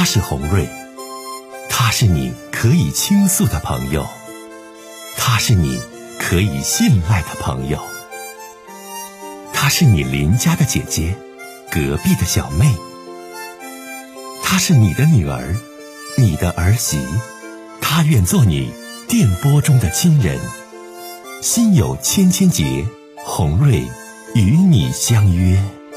他是洪瑞，他是你可以倾诉的朋友，他是你可以信赖的朋友，他是你邻家的姐姐，隔壁的小妹，他是你的女儿，你的儿媳，他愿做你电波中的亲人。心有千千结，洪瑞与你相约。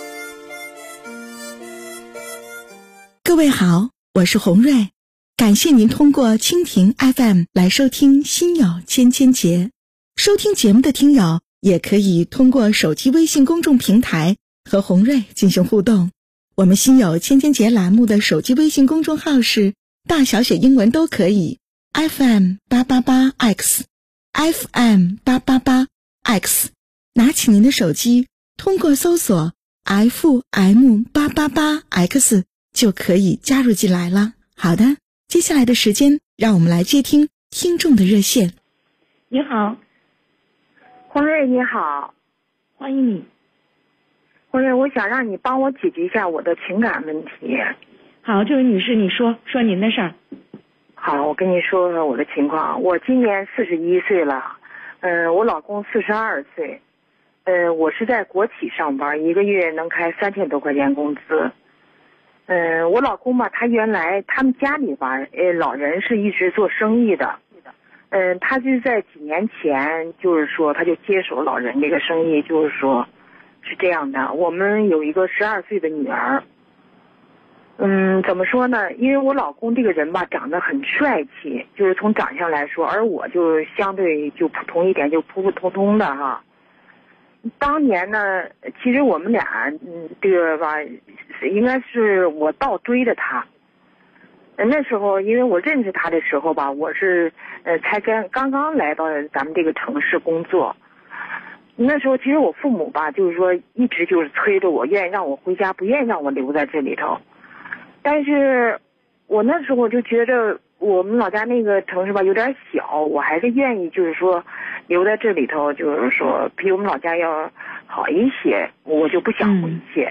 各位好，我是洪瑞，感谢您通过蜻蜓 FM 来收听心有千千结。收听节目的听友也可以通过手机微信公众平台和洪瑞进行互动。我们心有千千结栏目的手机微信公众号是大小写英文都可以 FM888X FM888X， 拿起您的手机，通过搜索 FM888X 就可以加入进来了。好的，接下来的时间让我们来接听听众的热线。 你好， 洪瑞你好， 欢迎你。 洪瑞，我想让你帮我解决一下我的情感问题。 好，这位女士，你说您的事儿。 好，我跟你说说我的情况。我今年41岁了，我老公42岁，我是在国企上班，一个月能开3000多块钱工资。我老公吧，他原来他们家里吧，老人是一直做生意的，他就在几年前，就是说他就接手老人这个生意，就是说是这样的。我们有一个12岁的女儿。怎么说呢？因为我老公这个人吧，长得很帅气，就是从长相来说，而我就相对就普通一点，就普普通通的哈。当年呢，其实我们俩，这个吧，应该是我倒追的他。那时候，因为我认识他的时候吧，我是才刚刚来到咱们这个城市工作。那时候，其实我父母吧，就是说一直就是催着我，愿意让我回家，不愿意让我留在这里头。但是我那时候我就觉着我们老家那个城市吧有点小，我还是愿意就是说留在这里头，就是说比我们老家要好一些，我就不想回去。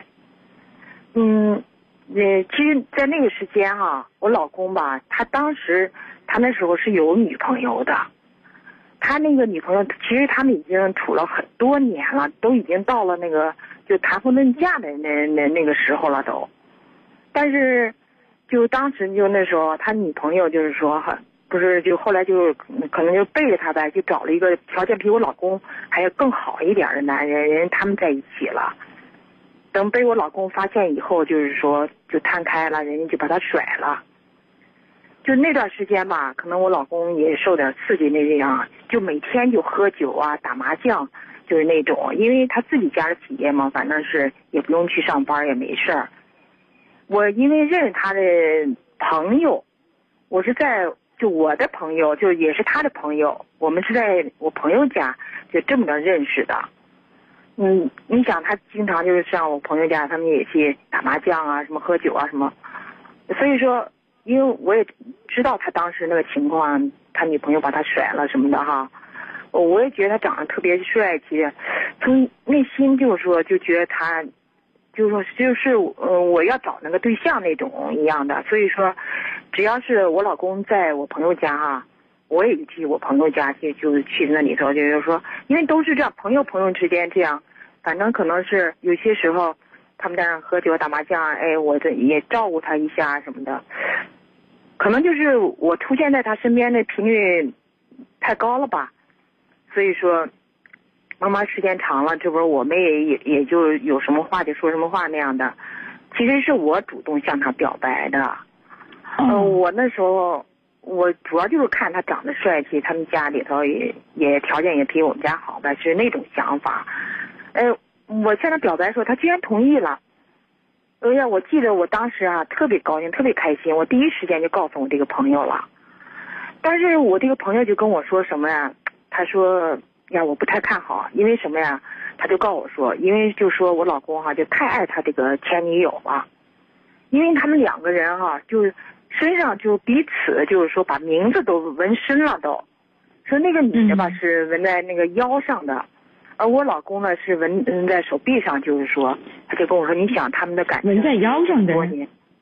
其实在那个时间哈，我老公吧，他那时候是有女朋友的，他那个女朋友其实他们已经处了很多年了，都已经到了那个就谈婚论嫁的那个时候了都。但是，就当时就那时候，他女朋友就是说，不是就后来就可能就背着他呗，就找了一个条件比我老公还要更好一点的男人，人他们在一起了。等被我老公发现以后，就是说就摊开了，人家就把他甩了。就那段时间吧，可能我老公也受点刺激那样，就每天就喝酒啊、打麻将，就是那种，因为他自己家的企业嘛，反正是也不用去上班，也没事儿。我因为认识他的朋友，我是在就我的朋友，就也是他的朋友，我们是在我朋友家就这么着认识的。你想他经常就是上我朋友家，他们也去打麻将啊，什么喝酒啊什么。所以说，因为我也知道他当时那个情况，他女朋友把他甩了什么的哈，我也觉得他长得特别帅气，从内心就是说就觉得他。就是我要找那个对象那种一样的，所以说，只要是我老公在我朋友家哈，我也去我朋友家去，就是去那里头，就是说，因为都是这样，朋友之间这样，反正可能是有些时候他们在那喝酒打麻将，我这也照顾他一下什么的，可能就是我出现在他身边的频率太高了吧，所以说。慢慢时间长了，这不是我们也就有什么话就说什么话那样的，其实是我主动向他表白的。我那时候我主要就是看他长得帅气，他们家里头也条件也比我们家好吧，是那种想法。我向他表白的时候，他居然同意了。我记得我当时啊特别高兴，特别开心，我第一时间就告诉我这个朋友了。但是我这个朋友就跟我说什么呀？他说。我不太看好，因为什么呀？他就告诉我说，因为就说我老公哈就太爱他这个前女友了，因为他们两个人哈就身上就彼此就是说把名字都纹身了都，说那个女的吧是纹在那个腰上的，而我老公呢是纹在手臂上，就是说他就跟我说，你想他们的感情纹在腰上的，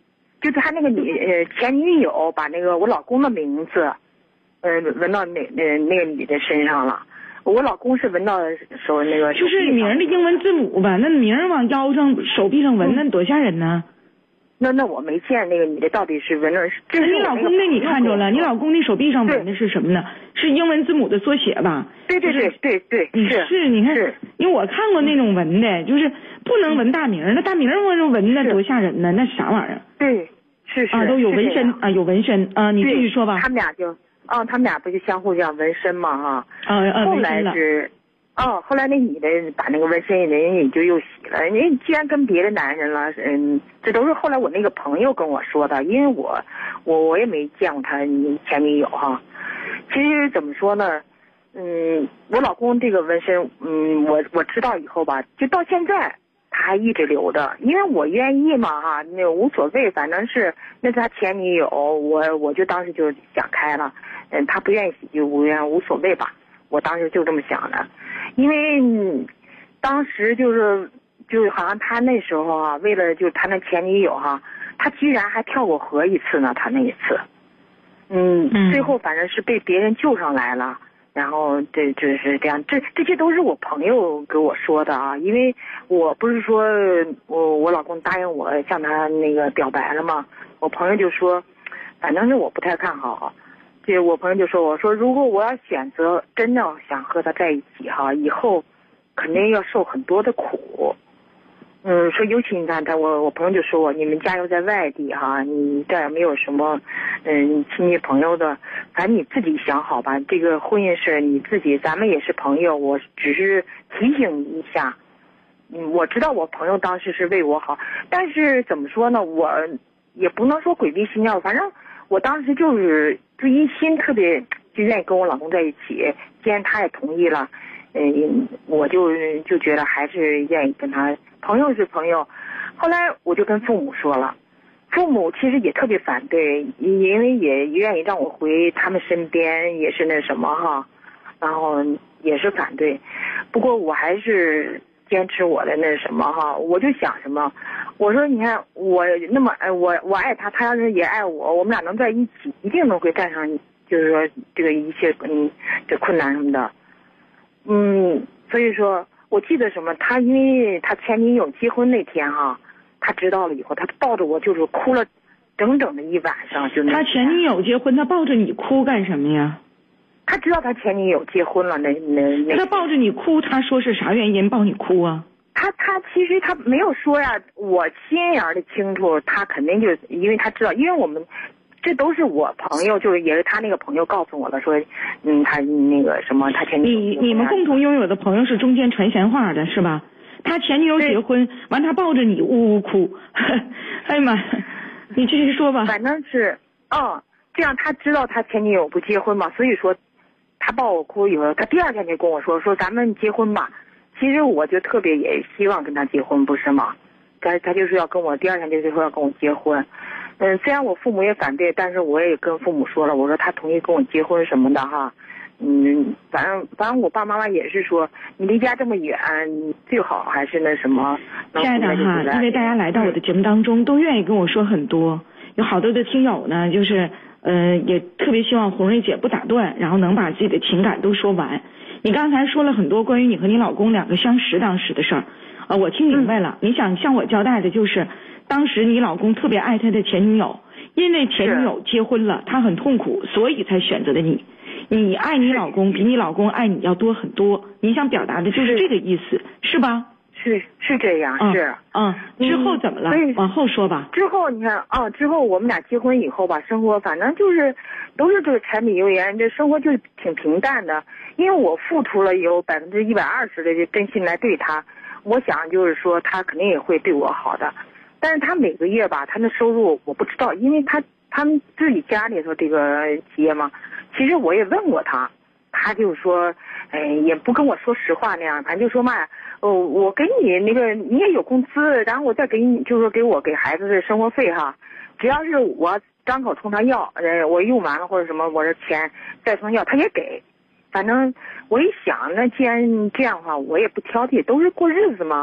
就是他那个前女友把那个我老公的名字，纹到那个女的身上了。我老公是纹到手那个， 就是名的英文字母吧？那名往腰上、手臂上纹，那多吓人呢！ 那我没见那个女的到底是纹了，这是你老公那你看着了？你老公那手臂上纹的是什么呢？是英文字母的缩写吧？ 对，是你看，因为我看过那种纹的，就是不能纹大名，那大名纹的多吓人呢，那啥玩意儿？ 对，是啊，都有纹身啊，有纹身啊，你继续说吧。 他们俩不就相互这样纹身嘛哈？后来是。后来那女的把那个纹身人也就又洗了，人既然跟别的男人了，这都是后来我那个朋友跟我说的，因为我也没见过他前女友哈。其实怎么说呢，我老公这个纹身，我知道以后吧，就到现在他还一直留着，因为我愿意嘛哈，那无所谓，反正是那是他前女友，我就当时就想开了，他不愿意洗就无所谓吧，我当时就这么想的。因为当时就是好像他那时候啊，为了就是他那前女友哈，他居然还跳过河一次呢，他那一次，最后反正是被别人救上来了，然后这是这样，这些都是我朋友给我说的啊，因为我不是说我老公答应我向他那个表白了吗？我朋友就说，反正是我不太看好。这我朋友就说，我说如果我要选择真的想和他在一起哈，以后肯定要受很多的苦。说尤其你看我朋友就说我，你们家又在外地哈，你这也没有什么亲戚朋友的，反正你自己想好吧。这个婚姻是你自己，咱们也是朋友，我只是提醒你一下。我知道我朋友当时是为我好，但是怎么说呢，我也不能说鬼迷心窍，反正我当时就一心特别就愿意跟我老公在一起，既然他也同意了，我就觉得还是愿意跟他，朋友是朋友。后来我就跟父母说了，父母其实也特别反对，因为也愿意让我回他们身边，也是那什么哈，然后也是反对。不过我还是坚持我的那什么哈，我就想什么，我说你看我那么我爱他，他要是也爱我，我们俩能在一起，一定能会战胜，就是说这个一切这困难什么的。所以说我记得什么，他因为他前女友结婚那天哈，他知道了以后，他抱着我就是哭了整整的一晚上。就他前女友结婚，他抱着你哭干什么呀？ 他知道他前女友结婚了，那他抱着你哭，他说是啥原因抱你哭啊？ 他其实他没有说呀，我心眼的清楚，他肯定就因为他知道，因为我们这都是我朋友，就是也是他那个朋友告诉我的，说他那个什么他前女友你们共同拥有的朋友是中间传闲话的是吧？他前女友结婚完，他抱着你呜呜哭，哎呀妈，你继续说吧。 反正是这样他知道他前女友不结婚嘛，所以说他抱我哭以后，他第二天就跟我说咱们结婚吧。其实我就特别也希望跟他结婚，不是吗？他就是要跟我第二天就是说要跟我结婚。虽然我父母也反对，但是我也跟父母说了，我说他同意跟我结婚什么的哈。反正我爸妈妈也是说，你离家这么远，你最好还是那什么。 亲爱的哈，因为大家来到我的节目当中，都愿意跟我说很多，有好多的听友呢，就是也特别希望红瑞姐不打断，然后能把自己的情感都说完。你刚才说了很多关于你和你老公两个相识当时的事儿，我听明白了。你想向我交代的就是，当时你老公特别爱他的前女友，因为前女友结婚了，他很痛苦，所以才选择了你。你爱你老公比你老公爱你要多很多，你想表达的就是这个意思，是吧？ 是这样，是。 之后怎么了？往后说吧。 之后你看之后我们俩结婚以后吧，生活反正就是都是这个柴米油盐，这生活就挺平淡的。因为我付出了有120%的真心来对他，我想就是说他肯定也会对我好的。但是他每个月吧，他的收入我不知道，因为他们自己家里头这个企业嘛，其实我也问过他，他就说，也不跟我说实话那样，反正就说嘛，我给你那个你也有工资，然后我再给你，就是说给孩子的生活费哈，只要是我张口冲他要，我用完了或者什么，我这钱再冲他要，他也给。反正我一想，那既然这样的话，我也不挑剔，都是过日子嘛。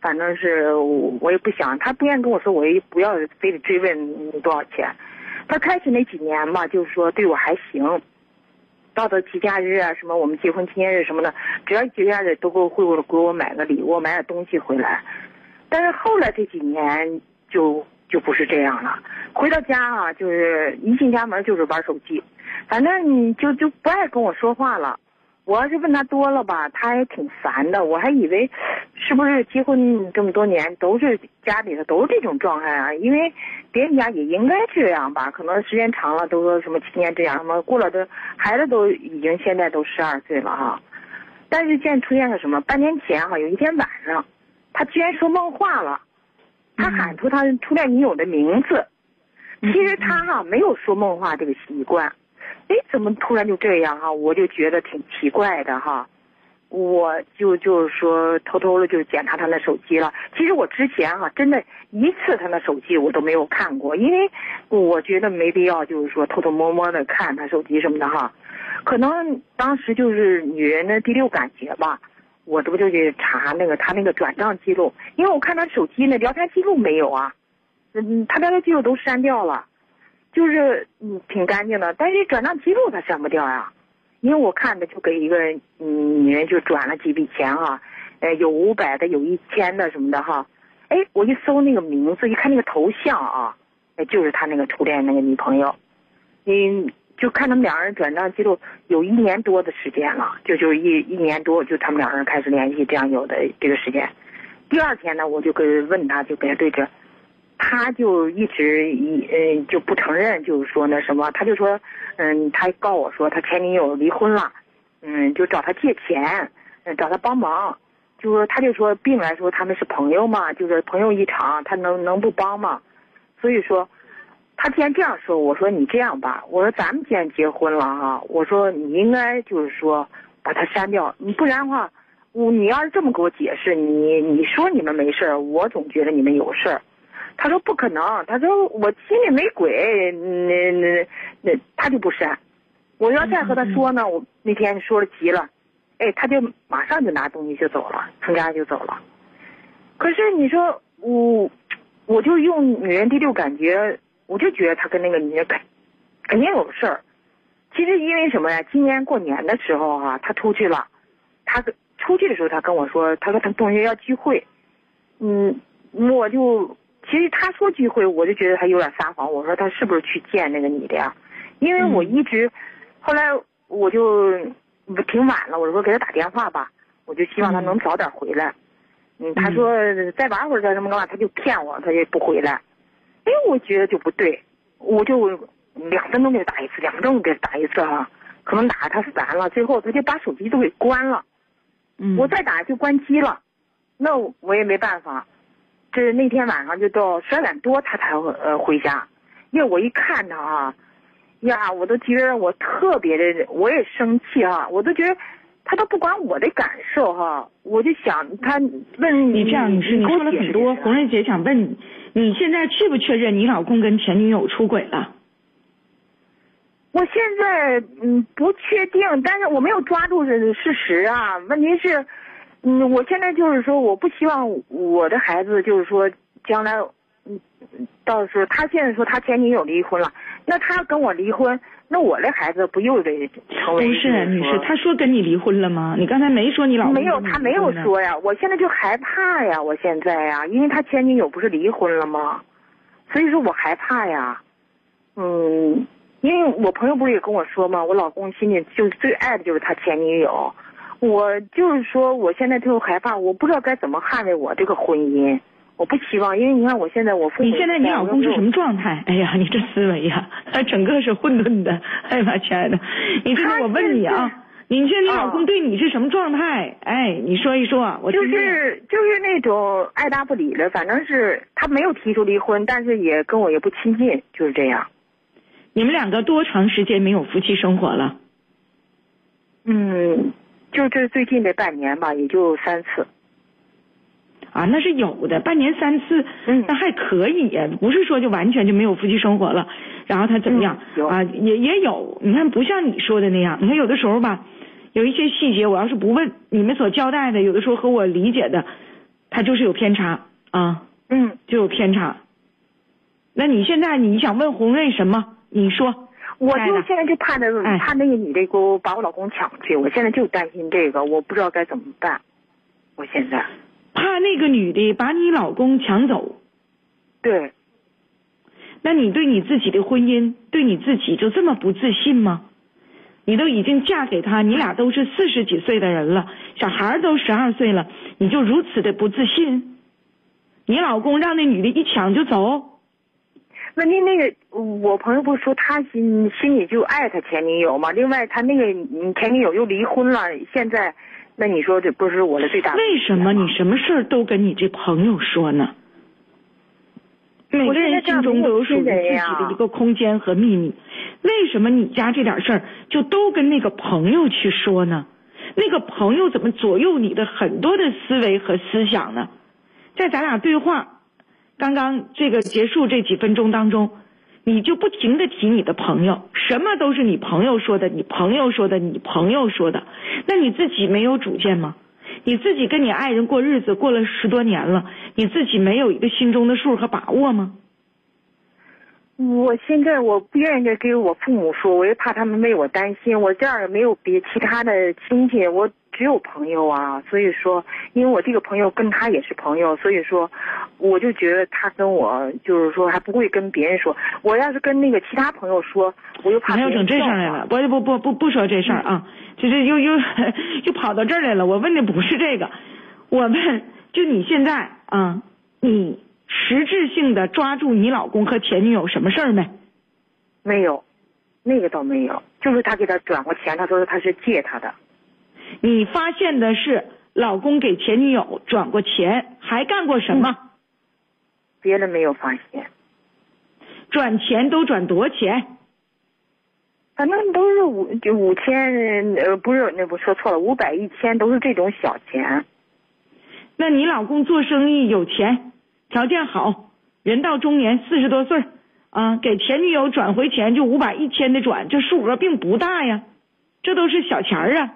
反正是我也不想，他不愿意跟我说，我也不要非得追问多少钱。他开始那几年吧，就是说对我还行，到的节假日啊，什么我们结婚纪念日什么的，只要节假日都会给我买个礼物，买点东西回来。但是后来这几年就不是这样了，回到家啊，就是一进家门就是玩手机，反正就不爱跟我说话了。我要是问他多了吧，他也挺烦的。我还以为是不是结婚这么多年都是家里头都是这种状态啊？因为别人家也应该这样吧，可能时间长了都说什么7年这样，什么过了的孩子都已经现在都12岁了哈。但是现在出现了什么？半年前哈，有一天晚上，他居然说梦话了，他喊出他初恋女友的名字。其实他哈没有说梦话这个习惯。怎么突然就这样哈？我就觉得挺奇怪的哈。我就是说偷偷的就检查他那手机了。其实我之前哈真的一次他那手机我都没有看过，因为我觉得没必要就是说偷偷摸摸的看他手机什么的哈。可能当时就是女人的第六感觉吧，我这不就去查他那个转账记录，因为我看他手机那聊天记录没有啊，他聊天记录都删掉了。就是挺干净的，但是转账记录他删不掉呀，因为我看的就给一个女人就转了几笔钱哈，有500的，有1000的什么的哈，我一搜那个名字，一看那个头像啊，就是他那个初恋那个女朋友，就看他们两人转账记录有1年多的时间了，就一年多，就他们两人开始联系，这样有的这个时间。第二天呢，我就问他，就给他对着。他就一直就不承认，就是说那什么，他就说他告我说他前女友离婚了，就找他借钱，找他帮忙，他就说并来说他们是朋友嘛，就是朋友一场，他能不帮吗？所以说他既然这样说，我说你这样吧，我说咱们既然结婚了哈，我说你应该就是说把他删掉，你不然的话，你要是这么给我解释，你说你们没事，我总觉得你们有事儿。他说不可能，他说我心里没鬼，他就不删。我要再和他说呢，我那天说了急了，他就马上就拿东西就走了，从家就走了。可是你说我就用女人第六感觉，我就觉得他跟那个女人肯定有事儿。其实因为什么呀？今年过年的时候哈，他出去了，他出去的时候他跟我说，他说他同学要聚会，我就。其实他说聚会，我就觉得他有点撒谎。我说他是不是去见那个女的呀？因为我一直，后来我就挺晚了，我说给他打电话吧，我就希望他能早点回来。他说再玩会儿再什么干嘛，他就骗我，他也不回来。我觉得就不对，我就2分钟给他打一次，2分钟给他打一次哈，可能打他烦了，最后他就把手机都给关了。我再打就关机了，那我也没办法。这那天晚上就到12点多他才回家，因为我一看他啊，呀，我都觉得我特别的，我也生气哈，我都觉得他都不管我的感受哈，我就想他问你这样，你说了很多，红瑞姐想问你现在确不确认你老公跟前女友出轨了？ 我现在不确定，但是我没有抓住事实啊，问题是。我现在就是说，我不希望我的孩子就是说将来，到时候他现在说他前女友离婚了，那他跟我离婚，那我的孩子不又得成为？ 不是，女士，他说跟你离婚了吗？你刚才没说你老公没有，他没有说呀。我现在就害怕呀，我现在呀，因为他前女友不是离婚了吗？所以说我害怕呀。因为我朋友不是也跟我说吗？我老公心里就最爱的就是他前女友。我就是说，我现在特害怕，我不知道该怎么捍卫我这个婚姻。我不希望，因为你看我现在我父母。 你现在你老公是什么状态？哎呀，你这思维呀，他整个是混沌的。哎呀，亲爱的，你这个我问你啊，你现在你老公对你是什么状态？你说一说，我就是那种爱答不理的，反正是他没有提出离婚，但是也跟我也不亲近，就是这样。 你们2个多长时间没有夫妻生活了？ 就这最近的半年吧，也就3次。 啊，那是有的，半年3次，那还可以呀，不是说就完全就没有夫妻生活了，然后他怎么样？也有，你看不像你说的那样，你看有的时候吧，有一些细节我要是不问，你们所交代的，有的时候和我理解的， 他就是有偏差啊，就有偏差。那你现在你想问红瑞什么？你说。 我就现在就怕那个女的给我把我老公抢去，我现在就担心这个，我不知道该怎么办。我现在怕那个女的把你老公抢走。 对。 那你对你自己的婚姻，对你自己就这么不自信吗？你都已经嫁给他，你俩都是40几岁的人了，小孩都12岁了，你就如此的不自信？你老公让那女的一抢就走？ 问题那个，我朋友不是说他心里就爱他前女友吗？另外他那个前女友又离婚了，现在，那你说这不是我的最大的？ 为什么你什么事儿都跟你这朋友说呢？每个人心中都有属于自己的一个空间和秘密，为什么你家这点事儿就都跟那个朋友去说呢？那个朋友怎么左右你的很多的思维和思想呢？在咱俩对话刚刚这个结束这几分钟当中，你就不停的提你的朋友，什么都是你朋友说的，你朋友说的，你朋友说的，那你自己没有主见吗？你自己跟你爱人过日子过了10多年了，你自己没有一个心中的数和把握吗？ 我现在我不愿意给我父母说，我也怕他们为我担心，我这儿也没有别其他的亲戚，我只有朋友啊，所以说因为我这个朋友跟他也是朋友，所以说我就觉得他跟我就是说还不会跟别人说，我要是跟那个其他朋友说，我又怕别人整这事儿来了。不说这事儿啊，就是又跑到这儿来了。我问的不是这个，我问就你现在啊，你实质性的抓住你老公和前女友什么事儿没？ 没有，那个倒没有，就是他给他转过钱，他说他是借他的。 你发现的是老公给前女友转过钱，还干过什么？ 别的没有发现。 转钱都转多少钱？ 反正都是5000，不是，那不说错了，500、1000都是这种小钱。 那你老公做生意有钱，条件好，人到中年40多岁啊，给前女友转回钱就500、1000的转，这数额并不大呀，这都是小钱啊。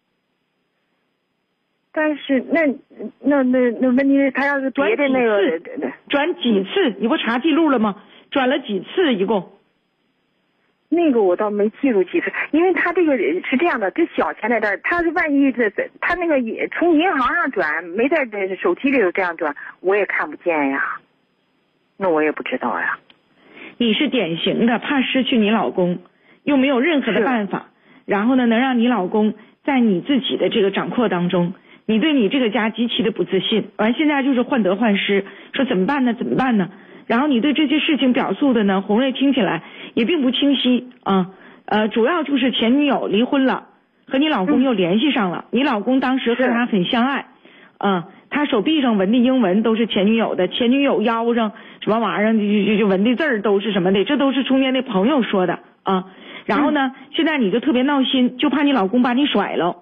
但是那问题是他要是别的那个转几次？你不查记录了吗？转了几次一共？ 那个我倒没记住几次，因为他这个是这样的，这小钱在这儿，他是万一他那个也从银行上转，没在这手机里头这样转，我也看不见呀，那我也不知道呀。 你是典型的怕失去你老公，又没有任何的办法，然后呢，能让你老公在你自己的这个掌控当中。你对你这个家极其的不自信，完现在就是患得患失，说怎么办呢？怎么办呢？然后你对这些事情表述的呢，红瑞听起来也并不清晰啊。主要就是前女友离婚了，和你老公又联系上了，你老公当时和他很相爱，他手臂上纹的英文都是前女友的，前女友腰上什么玩意儿就纹的字儿都是什么的，这都是中间的朋友说的啊。然后呢，现在你就特别闹心，就怕你老公把你甩了。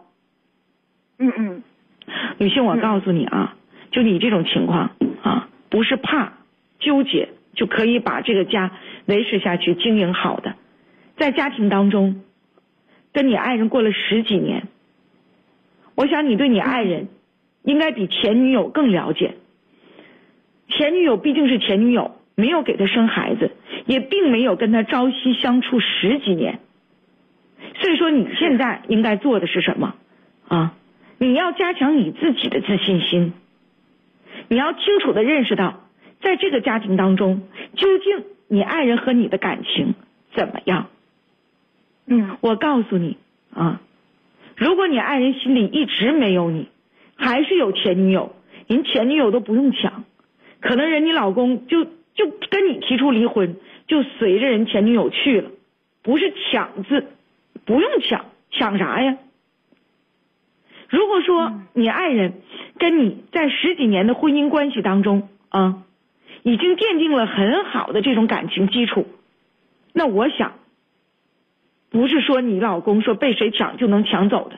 女性，我告诉你啊，就你这种情况啊，不是怕纠结就可以把这个家维持下去经营好的。在家庭当中跟你爱人过了10几年，我想你对你爱人应该比前女友更了解。前女友毕竟是前女友，没有给他生孩子，也并没有跟他朝夕相处10几年，所以说你现在应该做的是什么啊？你要加强你自己的自信心，你要清楚地认识到，在这个家庭当中，究竟你爱人和你的感情怎么样？我告诉你啊，如果你爱人心里一直没有你，还是有前女友，人前女友都不用抢，可能人你老公就跟你提出离婚，就随着人前女友去了，不是抢字，不用抢啥呀？如果说你爱人跟你在10几年的婚姻关系当中啊，已经奠定了很好的这种感情基础，那我想不是说你老公说被谁抢就能抢走的。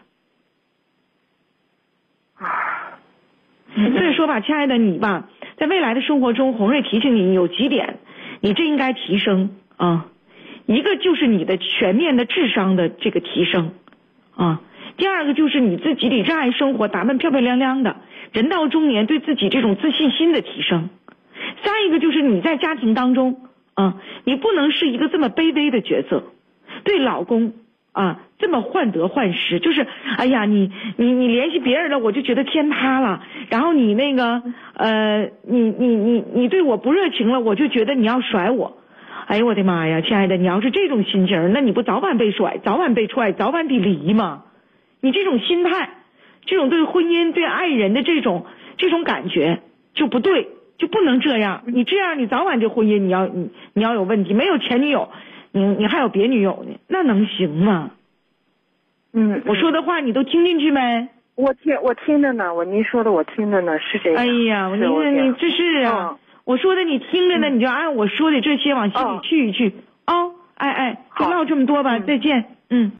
所以说吧，亲爱的你吧，在未来的生活中，红瑞提醒你有几点，你这应该提升啊。一个就是你的全面的智商的这个提升啊。 第二个就是你自己得热爱生活，打扮漂漂亮亮的，人到中年对自己这种自信心的提升。再一个就是你在家庭当中你不能是一个这么卑微的角色，对老公这么患得患失，就是哎呀你联系别人了我就觉得天塌了，然后你那个你对我不热情了我就觉得你要甩我。哎呦我的妈呀，亲爱的，你要是这种心情，那你不早晚被甩，早晚被踹，早晚得离吗？你这种心态，这种对婚姻对爱人的这种感觉就不对，就不能这样。你这样你早晚这婚姻你要有问题，没有前女友你还有别女友呢，那能行吗？我说的话你都听进去没？ 我听着呢，您说的我听着呢，是这样。 哎呀，你这是我说的你听着呢，你就按我说的这些往心里去一去。就唠这么多吧，再见。